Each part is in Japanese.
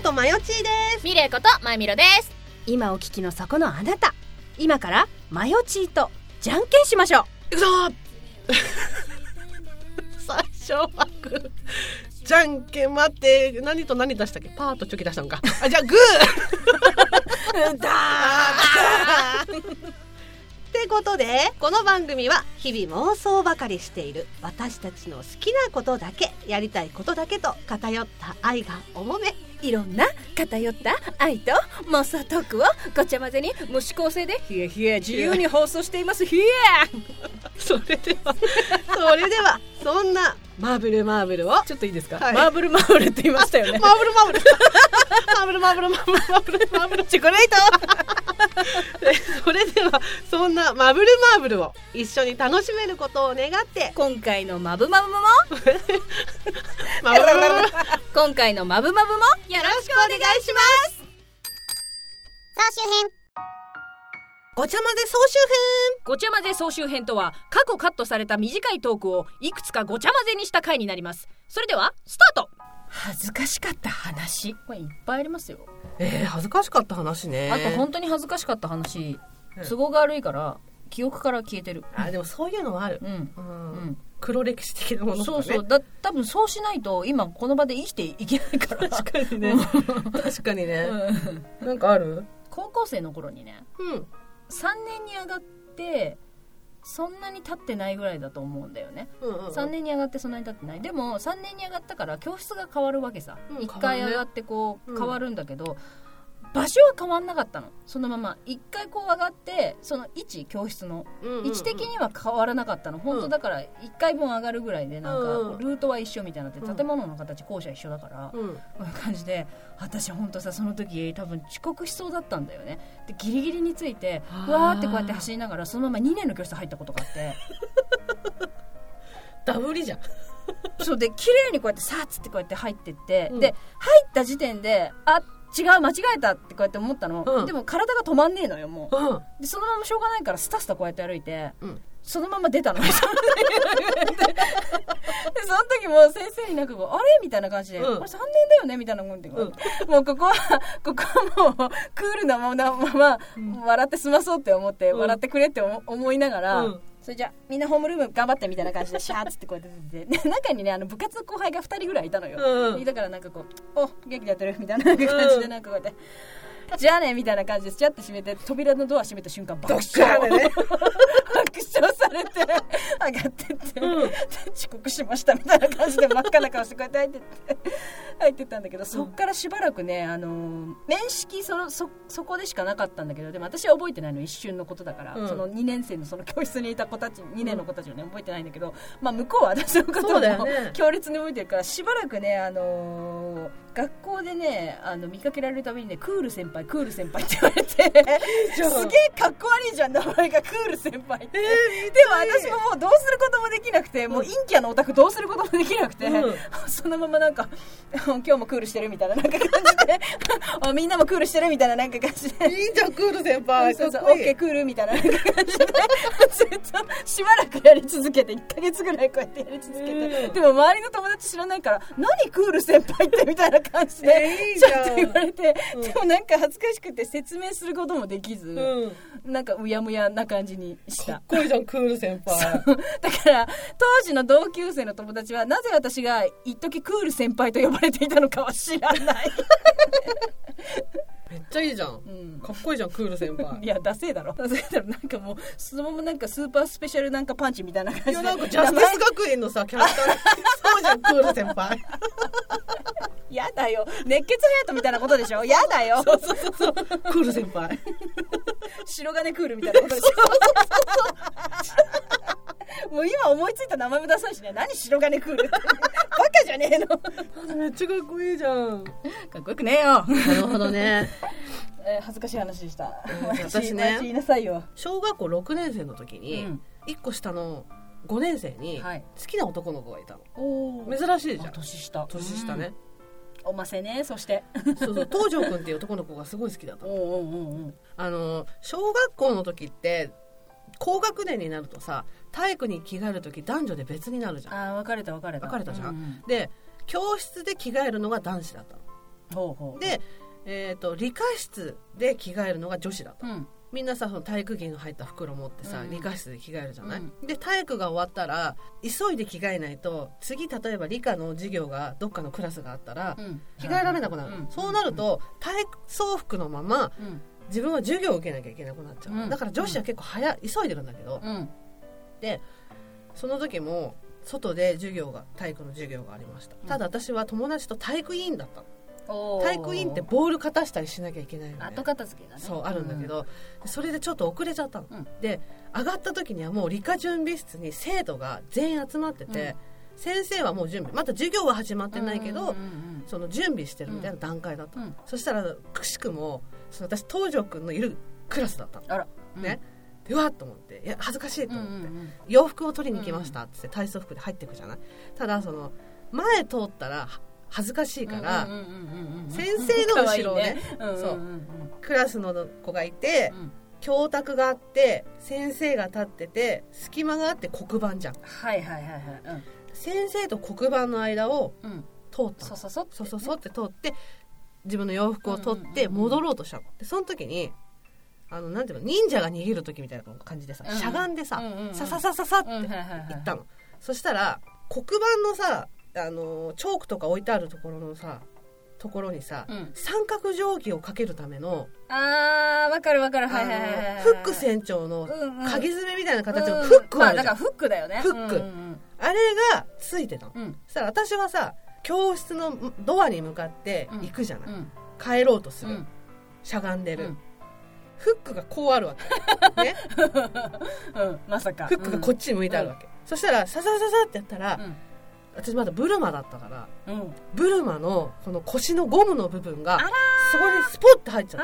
ことまよちーです。 ミレイことまゆみろです。 今お聞きのそこのあなた、今からまよちーとじゃんけんしましょう。 いくぞ最初はグー、じゃんけん待って、何と何出したっけ？パーとチョキ出したのか。あ、じゃあグーだーってことで、この番組は日々妄想ばかりしている私たちの好きなことだけ、やりたいことだけと偏った愛が重め、 いろんな偏った愛と妄想トークをごちゃ混ぜに無指向性でヒヤヒヤ自由に放送しています。ヒヤそれではそんなマーブルをちょっといいですか、 はい、 マーブルって言いましたよね。 マーブルチョコレートそれではそんなマーブルを一緒に楽しめることを願って、 今回のマブも今回のマブもよろしくお願いします。 総集編、 ごちゃ混ぜ総集編。 ごちゃ混ぜ総集編とは、過去カットされた短いトークをいくつかごちゃ混ぜにした回になります。それではスタート。恥ずかしかった話、これいっぱいありますよ。 恥ずかしかった話ね。 あと本当に恥ずかしかった話、都合が悪いから記憶から消えてる。 でもそういうのはある。黒歴史的なものとかね。 そう多分そうしないと今この場で生きていけないから。 確かにねなんかある？ 高校生の頃にね、3年に上がってそんなに経ってないぐらいだと思うんだよね。3年に上がってそんなに経ってない。でも3年に上がったから教室が変わるわけさ。1回上がってこう変わるんだけど、場所は変わんなかったの。そのまま1回こう上がって、その位置、教室の位置的には変わらなかったの。本当だから1回分上がるぐらいで、なんかルートは一緒みたいになって、建物の形、校舎一緒だから、こういう感じで、私本当さ、その時多分遅刻しそうだったんだよね。でギリギリについてわーってこうやって走りながら、そのまま2年の教室入ったことがあってダブリじゃん。 そうで、綺麗にこうやってさーっつってこうやって入ってって、で入った時点で違う、間違えたってこうやって思ったの、でも体が止まんねえのよ、もう、でそのまましょうがないからスタスタこうやって歩いて、そのまま出たのでその時も先生になんかこう、あれみたいな感じで、これ3年だよねみたいなもんで、もうここはもうクールなまま笑って済まそうって思って、笑ってくれって思いながら、それじゃみんなホームルーム頑張ってみたいな感じでシャーッつってこうやって出て、中にね、部活の後輩が2人ぐらいいたのよ。だからなんかこう、お元気でやってるみたいな感じで、なんかこうやってじゃあねみたいな感じでシャッて閉めて、扉のドア閉めた瞬間爆笑でね爆笑されて上がってって、遅刻しましたみたいな感じで真っ赤な顔してこうやって入ってったんだけど、そっからしばらくね、面識そこでしかなかったんだけど、でも私は覚えてないの、一瞬のことだから、その2年生のその教室にいた子たち、2年の子たちをね覚えてないんだけど、まあ向こうは私のことを強烈に覚えてるから、しばらくね、学校でね、見かけられるたびにね、クール先輩って言われてすげえかっこ悪いじゃん、名前がクール先輩って、でも私ももうどうすることもできなくて、もう陰キャのオタクどうすることもできなくて、そのままなんか今日もクールしてるみたいななんか感じでみんなもクールしてるみたいななんか感じで、 いいじゃんクール先輩、 そうオッケークールみたいななんか感じでずっとしばらくやり続けて、1ヶ月ぐらいこうやってやり続けて、でも周りの友達知らないから、何クール先輩ってみたいな感じでちょっと言われて、でもなんか恥ずかしくて説明することもできず、なんかうやむやな感じにした。 かっこいいじゃんクール先輩だから当時の同級生の友達は、なぜ私が一時クール先輩と呼ばれていたのかは知らないめっちゃいいじゃん、かっこいいじゃんクール先輩。 いやダセーだろなんかもうそのままなんかスーパースペシャルなんかパンチみたいな感じで、 いやなんかジャスティス学園のさキャラクターそうじゃんクール先輩やだよ、熱血ハヤトみたいなことでしょ、やだよそうクール先輩白金クールみたいなことでしょもう今思いついた名前もダサいしね、何白金クールってバカじゃねえのめっちゃかっこいいじゃん。 かっこよくねえよ。 なるほどね恥ずかしい話でした、 私ね、 言いなさいよ。 小学校6年生の時に、1個下の5年生に好きな男の子がいたの、珍しいじゃん。 年下ね、おませね。そしてそう東條くんっていう男の子がすごい好きだったの。小学校の時って高学年になるとさ、体育に着替える時男女で別になるじゃん。 分かれたじゃん、で教室で着替えるのが男子だったの。 で、理科室で着替えるのが女子だった、みんなさその体育着の入った袋持ってさ、理科室で着替えるじゃない、で体育が終わったら急いで着替えないと次例えば理科の授業がどっかのクラスがあったら、着替えられなくなる、そうなると体操服のまま、自分は授業を受けなきゃいけなくなっちゃう、だから女子は結構急いでるんだけど、でその時も外で体育の授業がありました、ただ私は友達と体育委員だったの。体育委員ってボール片したりしなきゃいけないのね、 後片付けがねそうあるんだけど、それでちょっと遅れちゃったの、で上がった時にはもう理科準備室に生徒が全員集まってて、先生はもう準備まだ授業は始まってないけど、その準備してるみたいな段階だった、そしたらくしくも私東條くんのいるクラスだったの、ね、でうわっと思っていや恥ずかしいと思って、洋服を取りに来ましたって体操服で入っていくじゃない。ただその前通ったら恥ずかしいから、先生の後ろをね、クラスの子がいて、教卓があって先生が立ってて隙間があって黒板じゃん、先生と黒板の間を通ったの、そって通って自分の洋服を取って戻ろうとしたの、でその時になんていうの忍者が逃げる時みたいな感じでさ、しゃがんでさ、さささささって行ったの、そしたら黒板のさチョークとか置いてあるところにさ、三角定規をかけるためのわかるフック船長の鍵爪みたいな形のフックあるじゃん、 だからフックだよね、 フック、あれがついてたの、そしたら私はさ教室のドアに向かって行くじゃない、帰ろうとする、しゃがんでる、フックがこうあるわけねまさかフックがこっちに向いてあるわけ、そしたらささささってやったら、私まだブルマだったから、ブルマのこの腰のゴムの部分がそこにスポッて入っちゃった、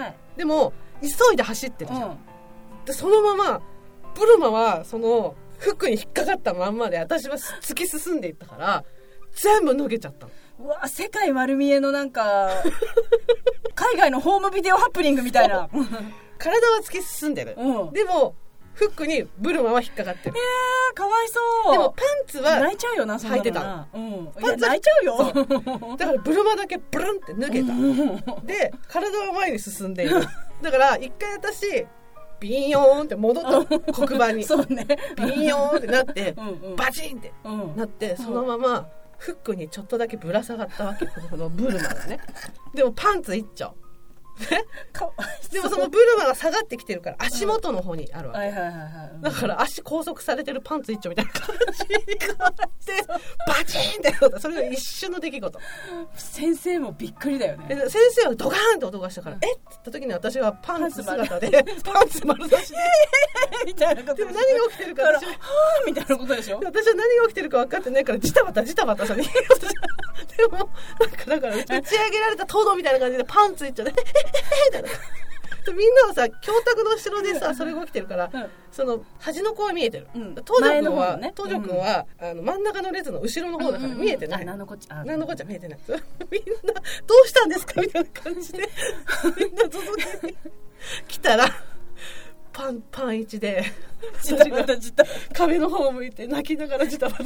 でも急いで走ってるじゃん、でそのままブルマはそのフックに引っかかったまんまで私は突き進んでいったから全部脱げちゃったの。 うわ世界丸見えのなんか海外のホームビデオハプニングみたいな体は突き進んでる、でもフックにブルマは引っかかってる。 かわいそう。 でもパンツは泣いちゃうよな、そんなの履いてた。 パンツ泣いちゃうよ。 だからブルマだけブルンって脱げた。で体は前に進んでいる。だから一回私ビヨーンって戻った黒板に。 そうね。 ビヨーンってなってバチンってなってそのままフックにちょっとだけぶら下がったわけ、このブルマがね。でもパンツ一丁。でもそのブルマが下がってきてるから足元の方にあるわけ、だから足拘束されてるパンツ一丁みたいな感じに変わってバチンってなった。それが一瞬の出来事。 先生もびっくりだよね。 先生はドカーンって音がしたから、えっって言った時に私はパンツ姿でパンツ丸出しでみたいなことでも何が起きてるか私はみたいなことでしょ。 私は何が起きてるか分かってないからジタバタさ逃げようとした。でもだから打ち上げられたトドみたいな感じでパンツ一丁でみたいなみんなはさ教卓の後ろでさそれが起きてるから、その端の子は見えてる、東條君は、真ん中の列の後ろの方だから見えてない、何のこっちゃ見えてないみんなどうしたんですかみたいな感じでみんな届けに来たらパン1で壁の方を向いて泣きながらジタバタ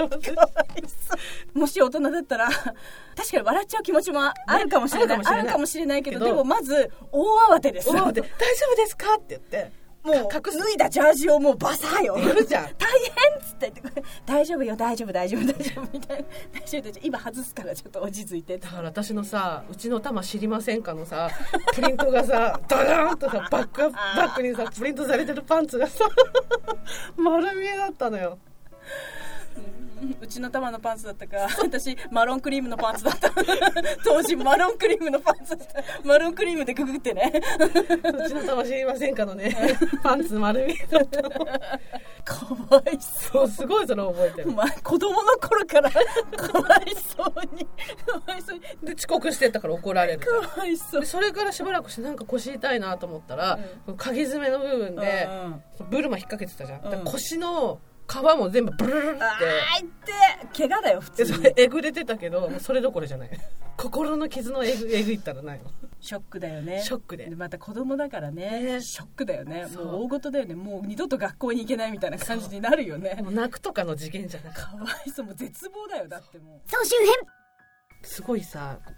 もし大人だったら確かに笑っちゃう気持ちもあるかもしれないけど、でもまず大慌てです。 大丈夫ですかって言ってもう脱いだジャージをもうバサーよやるじゃん大変っつって言って大丈夫よ大丈夫みたいな大丈夫今外すからちょっと落ち着いて。 だから私のさうちの玉知りませんかのさプリントがさダラーンとさバックにさプリントされてるパンツがさ丸見えだったのよ。 うちの玉のパンツだったか私マロンクリームのパンツだった当時マロンクリームのパンツだったマロンクリームでくぐってねうちの玉知りませんかのねパンツ丸見えだったの。 かわいそう。 すごいそれ覚えてる。 子供の頃からかわいそうにで遅刻してたから怒られる。 かわいそう。 でそれからしばらくしてなんか腰痛いなと思ったら、鍵爪の部分でブルマ引っ掛けてたじゃん、だから腰の皮も全部ブルルルって怪我だよ普通に。 それえぐれてたけどそれどころじゃない心の傷のえぐいったらないの。 ショックだよね。 ショックでまた子供だからね、ショックだよね。もう大事だよね。もう二度と学校に行けないみたいな感じになるよね。 もう泣くとかの事件じゃなくてかわいそう。もう絶望だよ。だってもう総集編すごいさ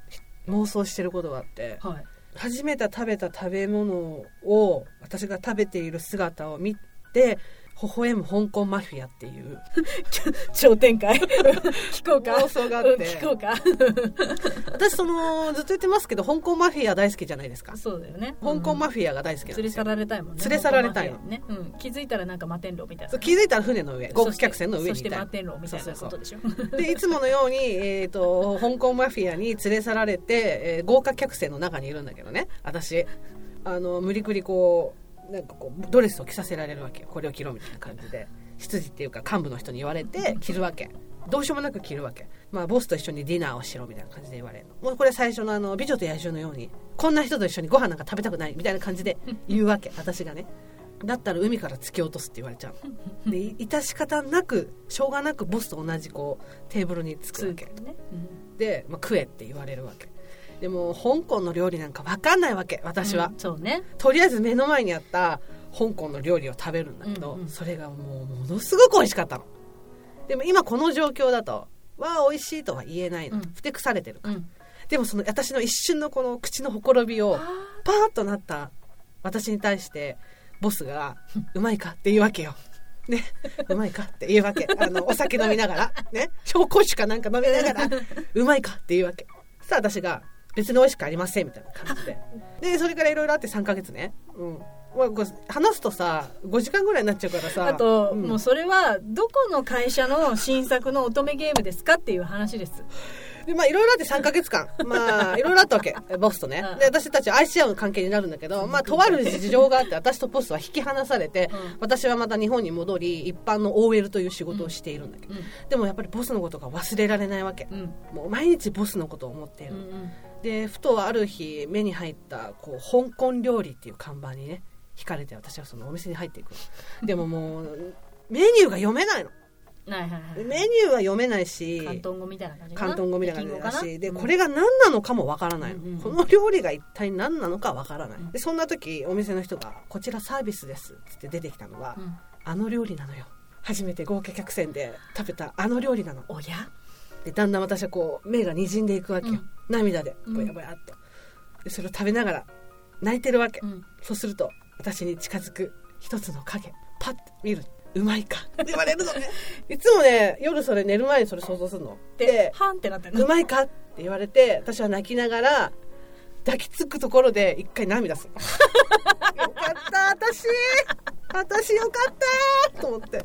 妄想してることがあって、 はい、 初めて食べた食べ物を私が食べている姿を見て微笑む香港マフィアっていう超展開聞こうか妄想があって、 聞こうか私ずっと言ってますけど香港マフィア大好きじゃないですか。 そうだよね、 香港マフィアが大好きなんですよ。 連れ去られたいもんね。 連れ去られたいの、 ね、うん、気づいたらなんか摩天楼みたいな、 そう気づいたら船の上、豪華客船の上にいたい、 そして摩天楼みたいなことでしょ。 でいつものように、香港マフィアに連れ去られて、豪華客船の中にいるんだけどね、私無理くりこうなんかこうドレスを着させられるわけよ。これを着ろみたいな感じで執事っていうか幹部の人に言われて着るわけ。どうしようもなく着るわけ。まあボスと一緒にディナーをしろみたいな感じで言われるの。もうこれ最初の美女と野獣のようにこんな人と一緒にご飯なんか食べたくないみたいな感じで言うわけ私がね。だったら海から突き落とすって言われちゃう。で致し方なくしょうがなくボスと同じこうテーブルに着くわけ、ね、で、食えって言われるわけ。でも香港の料理なんか分かんないわけ私は、 そうね、 とりあえず目の前にあった香港の料理を食べるんだけど、それがもうものすごく美味しかったの。でも今この状況だとわあ美味しいとは言えないの、ふてくされてるから、でもその私の一瞬のこの口のほころびをパーッとなった私に対してボスがうまいかって言うわけよね、うまいかって言うわけ。お酒飲みながらね、紹興酒かなんか飲みながらうまいかって言うわけ。さあ私が別に美味しくありませんみたいな感じでそれからいろいろあって3ヶ月ね、話すとさ5時間ぐらいになっちゃうからさ、 あと、もうそれはどこの会社の新作の乙女ゲームですかっていう話です。 でいろいろあって3ヶ月間いろいろあったわけボスとね。で私たち愛し合う関係になるんだけど、とある事情があって私とボスは引き離されて、私はまた日本に戻り一般の OL という仕事をしているんだけど、でもやっぱりボスのことが忘れられないわけ、もう毎日ボスのことを思っている、でふとある日目に入ったこう香港料理っていう看板にね惹かれて私はそのお店に入っていく。でももうメニューが読めないの。メニューは読めないし広東語みたいな感じかな。 広東語みたいな感じだし、でこれが何なのかもわからないの、この料理が一体何なのかわからない、でそんな時お店の人がこちらサービスですって出てきたのが、あの料理なのよ。初めて豪華客船で食べたあの料理なの。 おやでだんだん私はこう目がにじんでいくわけよ、涙でぼやぼやっと。でそれを食べながら泣いてるわけ、そうすると私に近づく一つの影パッと見る。うまいかって言われるのねいつもね夜それ寝る前にそれ想像するのではんってなってるの。 うまいかって言われて私は泣きながら抱きつくところで一回涙するよかった私よかったと思って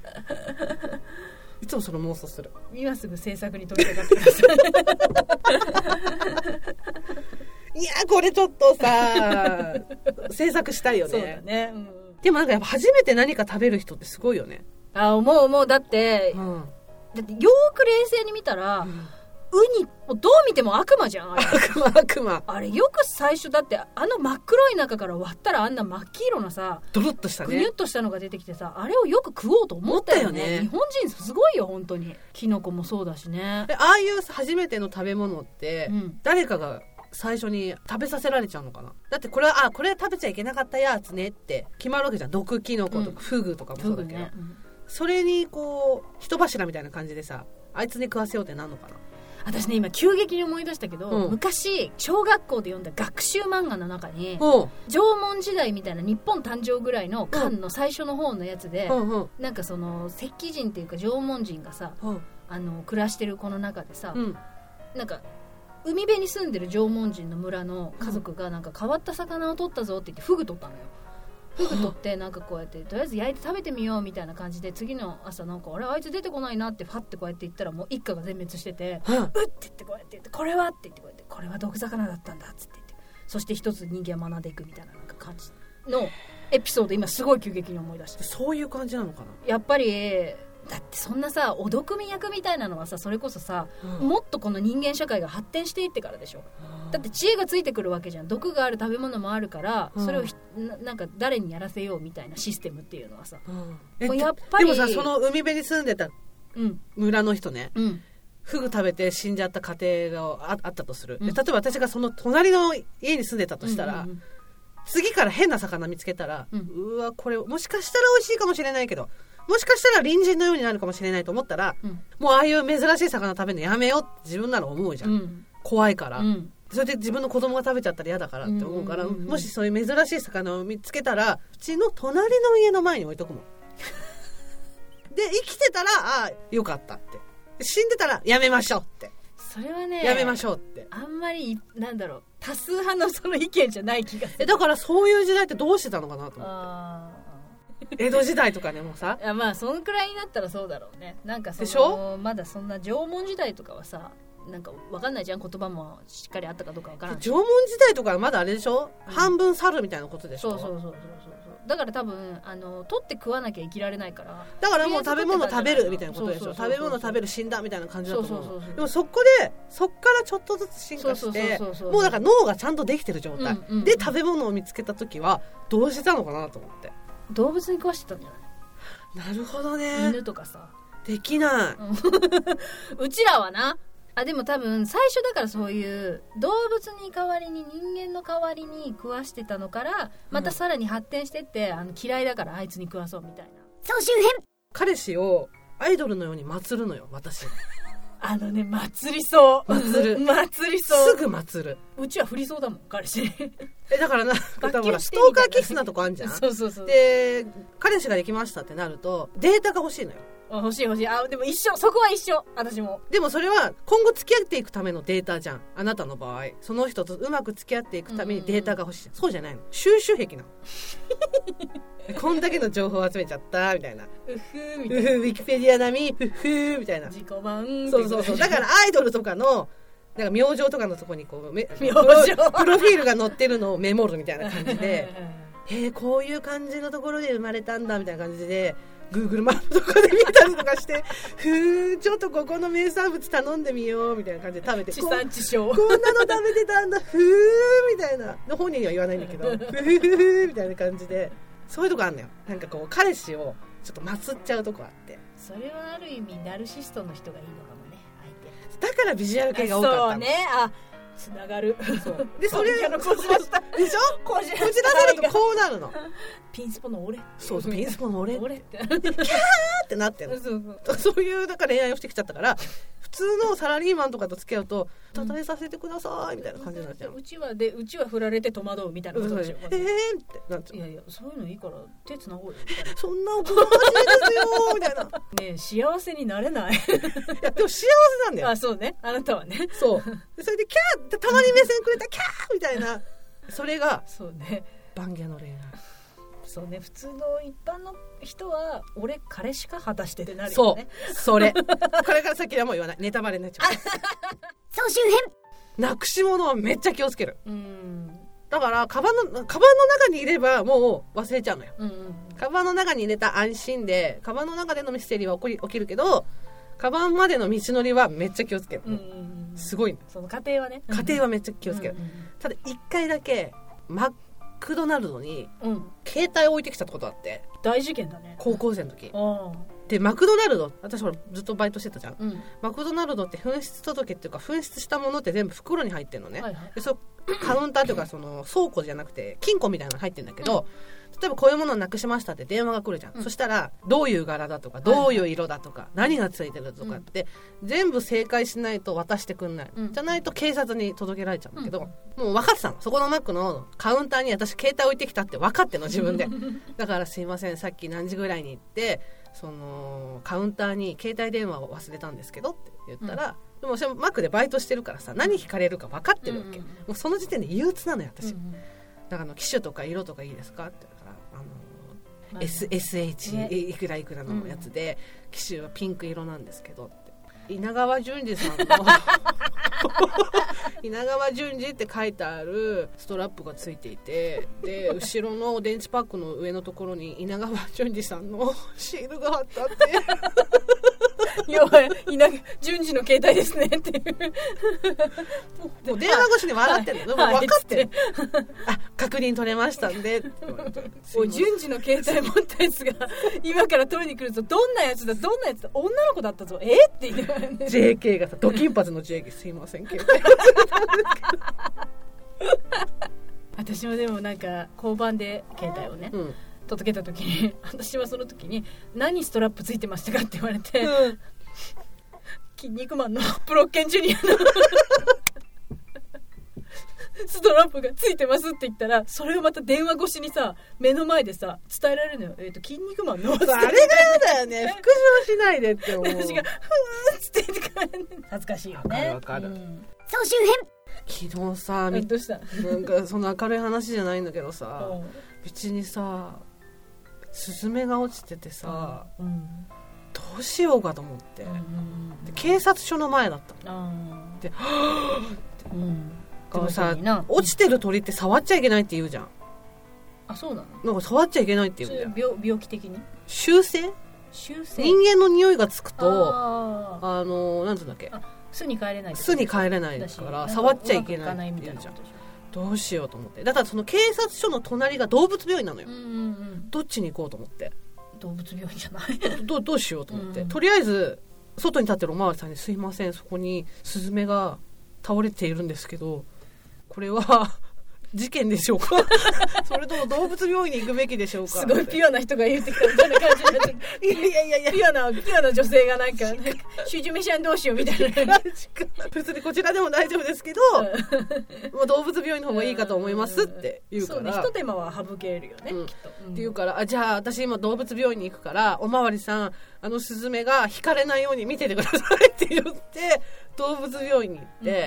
いつもその妄想する。 今すぐ制作に取り掛かってくださいいやこれちょっとさ制作したいよね。 そうだね、 でもなんかやっぱ初めて何か食べる人ってすごいよね。 思うだって、だってよーく冷静に見たら、ウニどう見ても悪魔じゃん。 悪魔あれよく最初だって真っ黒い中から割ったらあんな真っ黄色なさドロッとしたねグニュッとしたのが出てきてさ、あれをよく食おうと思ったよね。日本人すごいよ本当に。キノコもそうだしね。 ああいう初めての食べ物って、誰かが最初に食べさせられちゃうのかな。だってこれはこれ食べちゃいけなかったやつねって決まるわけじゃん。毒キノコとかフグとかもそうだけど、それにこう人柱みたいな感じでさあいつに食わせようってなんのかな。 私ね今急激に思い出したけど、昔小学校で読んだ学習漫画の中に、縄文時代みたいな日本誕生ぐらいの巻の最初の方のやつで、なんかその石器人っていうか縄文人がさ、暮らしてるこの中でさ、なんか海辺に住んでる縄文人の村の家族がなんか変わった魚を取ったぞって言ってフグ取ったのよ。フグ取ってなんかこうやってとりあえず焼いて食べてみようみたいな感じで、次の朝なんかあいつ出てこないなってファってこうやって言ったらもう一家が全滅してて、うって言ってこうやって言ってこれはって言ってこうやってこれは毒魚だったんだっつって言って、そして一つ人間は学んでいくみたいななんか感じのエピソード今すごい急激に思い出して。 そういう感じなのかな。 やっぱりだってそんなさお毒味役みたいなのはさそれこそさ、もっとこの人間社会が発展していってからでしょ。だって知恵がついてくるわけじゃん。毒がある食べ物もあるから、それをなんか誰にやらせようみたいなシステムっていうのはさ、もうやっぱりでもさその海辺に住んでた村の人ね、フグ食べて死んじゃった家庭があったとする、で例えば私がその隣の家に住んでたとしたら、次から変な魚見つけたら、うわこれもしかしたら美味しいかもしれないけどもしかしたら隣人のようになるかもしれないと思ったら、もうああいう珍しい魚食べるのやめようって自分なら思うじゃん、怖いから、 それで自分の子供が食べちゃったら嫌だからって思うから、もしそういう珍しい魚を見つけたらうちの隣の家の前に置いとくもんで生きてたらよかったって、死んでたらやめましょうって、 それはねやめましょうって、 あんまりなんだろう多数派のその意見じゃない気がする。 だからそういう時代ってどうしてたのかなと思って江戸時代とかでもさいやまあそのくらいになったらそうだろうね。なんかそのでしょ、 まだそんな縄文時代とかはさなんか分かんないじゃん、言葉もしっかりあったかどうか分からない。 縄文時代とかはまだあれでしょ、半分猿みたいなことでしょ。 そうだから多分取って食わなきゃ生きられないから、 だからもう食べ物食べるみたいなことでしょ。食べ物食べる死んだみたいな感じだと思う。でもそこからちょっとずつ進化してもうだから脳がちゃんとできてる状態で食べ物を見つけた時はどうしたのかなと思って。 動物に食わしてたんじゃない？ なるほどね。 犬とかさできない、 うちらはなでも多分最初だからそういう動物に代わりに人間の代わりに食わしてたのからまたさらに発展してって、嫌いだからあいつに食わそうみたいな総集編。 彼氏をアイドルのように祀るのよ私祭りそう祭りそうすぐ祭る。 うちは振りそうだもん彼氏だからなストーカー気質なとこあんじゃんそうで彼氏ができましたってなるとデータが欲しいのよ。 欲しいでも一緒、そこは一緒私も。 でもそれは今後付き合っていくためのデータじゃん。あなたの場合その人とうまく付き合っていくためにデータが欲しい、そうじゃないの、収集癖なのこんだけの情報を集めちゃったみたいな、 うふみたいな、 ウィキペディア並みふみたいな、 自己版そうだからアイドルとかのなんか明星とかのとこにこうプロフィールが載ってるのをメモるみたいな感じでこういう感じのところで生まれたんだみたいな感じでGoogle マップとかで見たりとかしてちょっとここの名産物頼んでみようみたいな感じで食べて地産地消こんなの食べてたんだみたいな本人には言わないんだけどみたいな感じでそういうとこあんのよ。なんかこう彼氏をちょっと祀っちゃうとこあって、 それはある意味ナルシストの人がいいのかもね相手だからビジュアル系が多かったの。 そうねつながる。 そうでそれこじらしたでしょこじらせるとこうなるの。 ピンスポの俺そうピンスポの俺ってキャーってなってるの。そういうだから恋愛をしてきちゃったから普通のサラリーマンとかと付き合うとたたえさせてくださいみたいな感じになっちゃう。 うちは振られて戸惑うみたいなことでしょ。 ってなっちゃう。 いやそういうのいいから手つなごうよそんなおこがましいですよみたいなね幸せになれない。いやでも幸せなんだよ。 そうね、あなたはね。 そうでそれでキャーってたまに目線くれたキャーみたいなそれがそうねバンギャの恋愛。 そうね、普通の一般の人は俺彼しか果たしてってなるよね。 それこれから先はもう言わない、ネタバレになっちゃう総集編。 なくし物はめっちゃ気をつける。だからカバンの中に入ればもう忘れちゃうのよ、カバンの中に入れた安心でカバンの中でのミステリーは起きるけどカバンまでの道のりはめっちゃ気をつける、すごいその家庭はね、 家庭はめっちゃ気をつける、ただ一回だけマクドナルドに携帯置いてきたことあって、 大事件だね、 高校生の時でマクドナルド私ほらずっとバイトしてたじゃん、マクドナルドって紛失届っていうか紛失したものって全部袋に入ってるのね、でそカウンターというかその倉庫じゃなくて金庫みたいなの入ってるんだけど、例えばこういうものをなくしましたって電話が来るじゃん、そしたらどういう柄だとかどういう色だとか、何がついてるとかって、全部正解しないと渡してくんない、じゃないと警察に届けられちゃうんだけど、もう分かってたの、そこのマックのカウンターに私携帯置いてきたって分かってんの自分でだからすいませんさっき何時ぐらいに行ってそのカウンターに携帯電話を忘れたんですけどって言ったら、でも私もマックでバイトしてるからさ何聞かれるか分かってるわけ、もうその時点で憂鬱なのよ私、だから機種とか色とかいいですかって言ったらSH いくらいくらのやつで、機種はピンク色なんですけどって稲川淳二さんの稲川淳二って書いてあるストラップがついていて、で後ろの電池パックの上のところに稲川淳二さんのシールが貼ったって要は順次の携帯ですねっていうもう電話越しに笑ってるの、もう分かってるあ確認取れましたんでって言われておい順次の携帯持ったやつが今から取りに来るぞ、どんなやつだ女の子だったぞって言って、ね、 JK がさド金髪の JK すいません携帯私もでもなんか交番で携帯をね、届けた時に私はその時に何ストラップついてましたかって言われて、筋肉マンのブロッケンジュニアのストラップがついてますって言ったら、それをまた電話越しにさ目の前でさ伝えられるのよ。筋肉マンのあれが嫌だよね。復唱しないでって思う。 私がふーっつって恥ずかしいよね。 わかる、 総集編。 昨日さどうしたなんかその明るい話じゃないんだけどさ道にさスズメが落ちててさ、どうしようかと思って、で警察署の前だったので、でもさ落ちてる鳥って触っちゃいけないって言うじゃん。 あ、そうなの。 なんか触っちゃいけないって言うじゃん。 病気的に習性人間の匂いがつくとなんつうんだっけ、巣に帰れないから触っちゃいけないって言うじゃん。どうしようと思って、だからその警察署の隣が動物病院なのよ、どっちに行こうと思って。 動物病院じゃないどうしようと思って、とりあえず外に立ってるおまわりさんに、すいませんそこにスズメが倒れているんですけどこれは事件でしょうかそれとも動物病院に行くべきでしょうか。 すごいピュアな人が言ってきたみたいな感じになっていやピュアな女性がなんかシュジュメシャンどうしようみたいな別にこちらでも大丈夫ですけどもう動物病院の方がいいかと思いますって言うから、 そうね、一手間は省けるよね、きっと、って言うから、じゃあ私今動物病院に行くからおまわりさんスズメが引かれないように見ててくださいって言って動物病院に行って、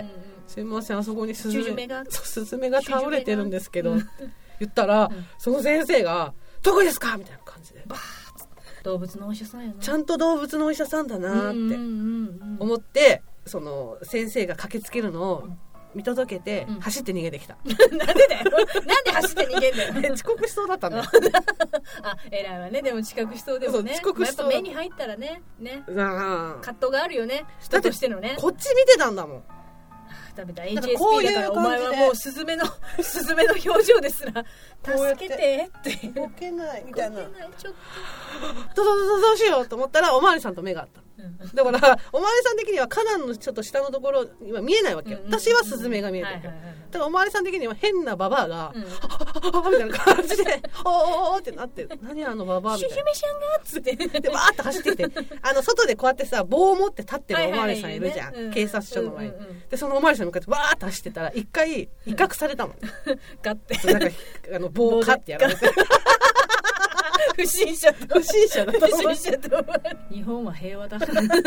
すいませんあそこにスズメが倒れてるんですけど言ったら、その先生がどこですかみたいな感じでバーッ動物のお医者さんやな、 ちゃんと動物のお医者さんだなって思って、その先生が駆けつけるのを見届けて、走って逃げてきたなんでだよなんで走って逃げんだよ遅刻しそうだったんだあ、偉いわね。でも遅刻しそうでもね、 遅刻しそう、 やっぱ目に入ったらね葛藤があるよね、人としてのね。 こっち見てたんだもん。 ダメだ HSP だからお前はもうスズメの表情ですら助けてって動けないみたいな、 ちょっとどうしようと思ったらおまわりさんと目があった、だからおまわりさん的には花壇のちょっと下のところ今見えないわけよ、私はスズメが見えてるけど、だからおまわりさん的には変なババアが、みたいな感じでおーってなって、何あのババアみたいな、 シュシュメシャンがっつってでバーッと走ってきて外でこうやってさ棒を持って立ってるおまわりさんいるじゃん、警察署の前に、でそのおまわりさんに向かってバーッと走ってたら一回威嚇されたもんガッてなんか棒をカッてやられて不審者と日本は平和だ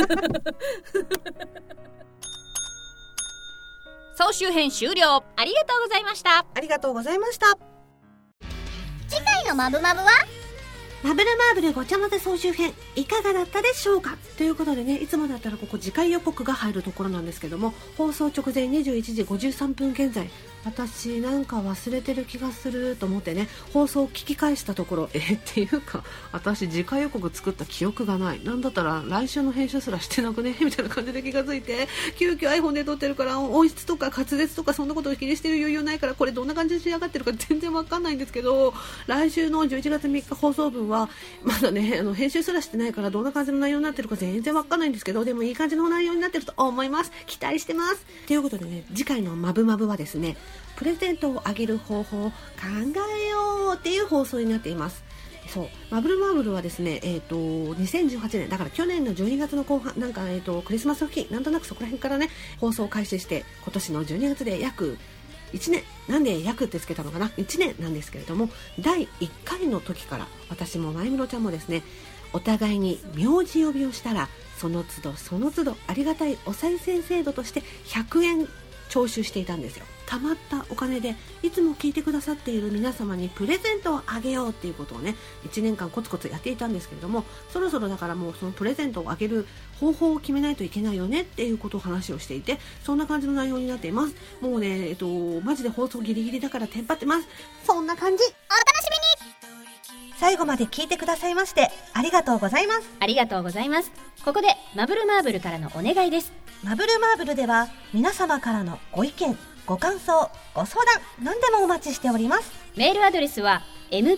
総集編終了。ありがとうございました。 ありがとうございました。 次回のマブマブはマブルマーブルごちゃ混ぜ総集編いかがだったでしょうか。ということでね、いつもだったらここ次回予告が入るところなんですけども、放送直前21時53分現在、私なんか忘れてる気がすると思ってね、放送を聞き返したところ、っていうか私次回予告作った記憶がない、なんだったら来週の編集すらしてなくねみたいな感じで気がついて、急遽 iPhone で撮ってるから音質とか滑舌とかそんなことを気にしてる余裕ないから、これどんな感じで仕上がってるか全然わかんないんですけど、来週の11月3日放送分はまだね編集すらしてないから、どんな感じの内容になってるか全然わかんないんですけど、でもいい感じの内容になってると思います。期待してます。ということでね、次回のマブマブはですね、プレゼントをあげる方法を考えようっていう放送になっています。そう、マブルマーブルはですね、2018年だから去年の12月の後半なんか、クリスマス付近なんとなくそこら辺からね放送を開始して、今年の12月で約1年、なんで約ってつけたのかな、1年なんですけれども、第1回の時から私もまゆみろちゃんもですね、お互いに名字呼びをしたらその都度ありがたいお賽銭制度として100円徴収していたんですよ。貯まったお金でいつも聞いてくださっている皆様にプレゼントをあげようっていうことをね、1年間コツコツやっていたんですけれども、そろそろだからもうそのプレゼントをあげる方法を決めないといけないよねっていうことを話をしていて、そんな感じの内容になっています。もうね、マジで放送ギリギリだからテンパってます。そんな感じ。 お楽しみに。 最後まで聞いてくださいましてありがとうございます。 ありがとうございます。ここでマブルマーブルからのお願いです。 マブルマーブルでは皆様からのご意見、ご感想、ご相談、何でもお待ちしております。 メールアドレスは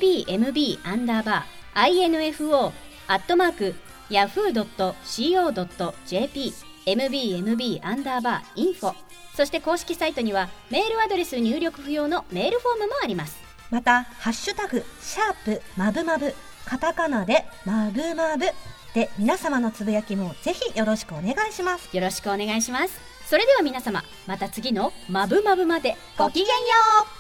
mbmb_info@yahoo.co.jp mbmb_info、 そして公式サイトにはメールアドレス入力不要のメールフォームもあります。 またハッシュタグ#マブマブ、カタカナでマブマブ、 で、皆様のつぶやきもぜひよろしくお願いします。 よろしくお願いします。それでは皆様、また次のマブマブまでごきげんよう。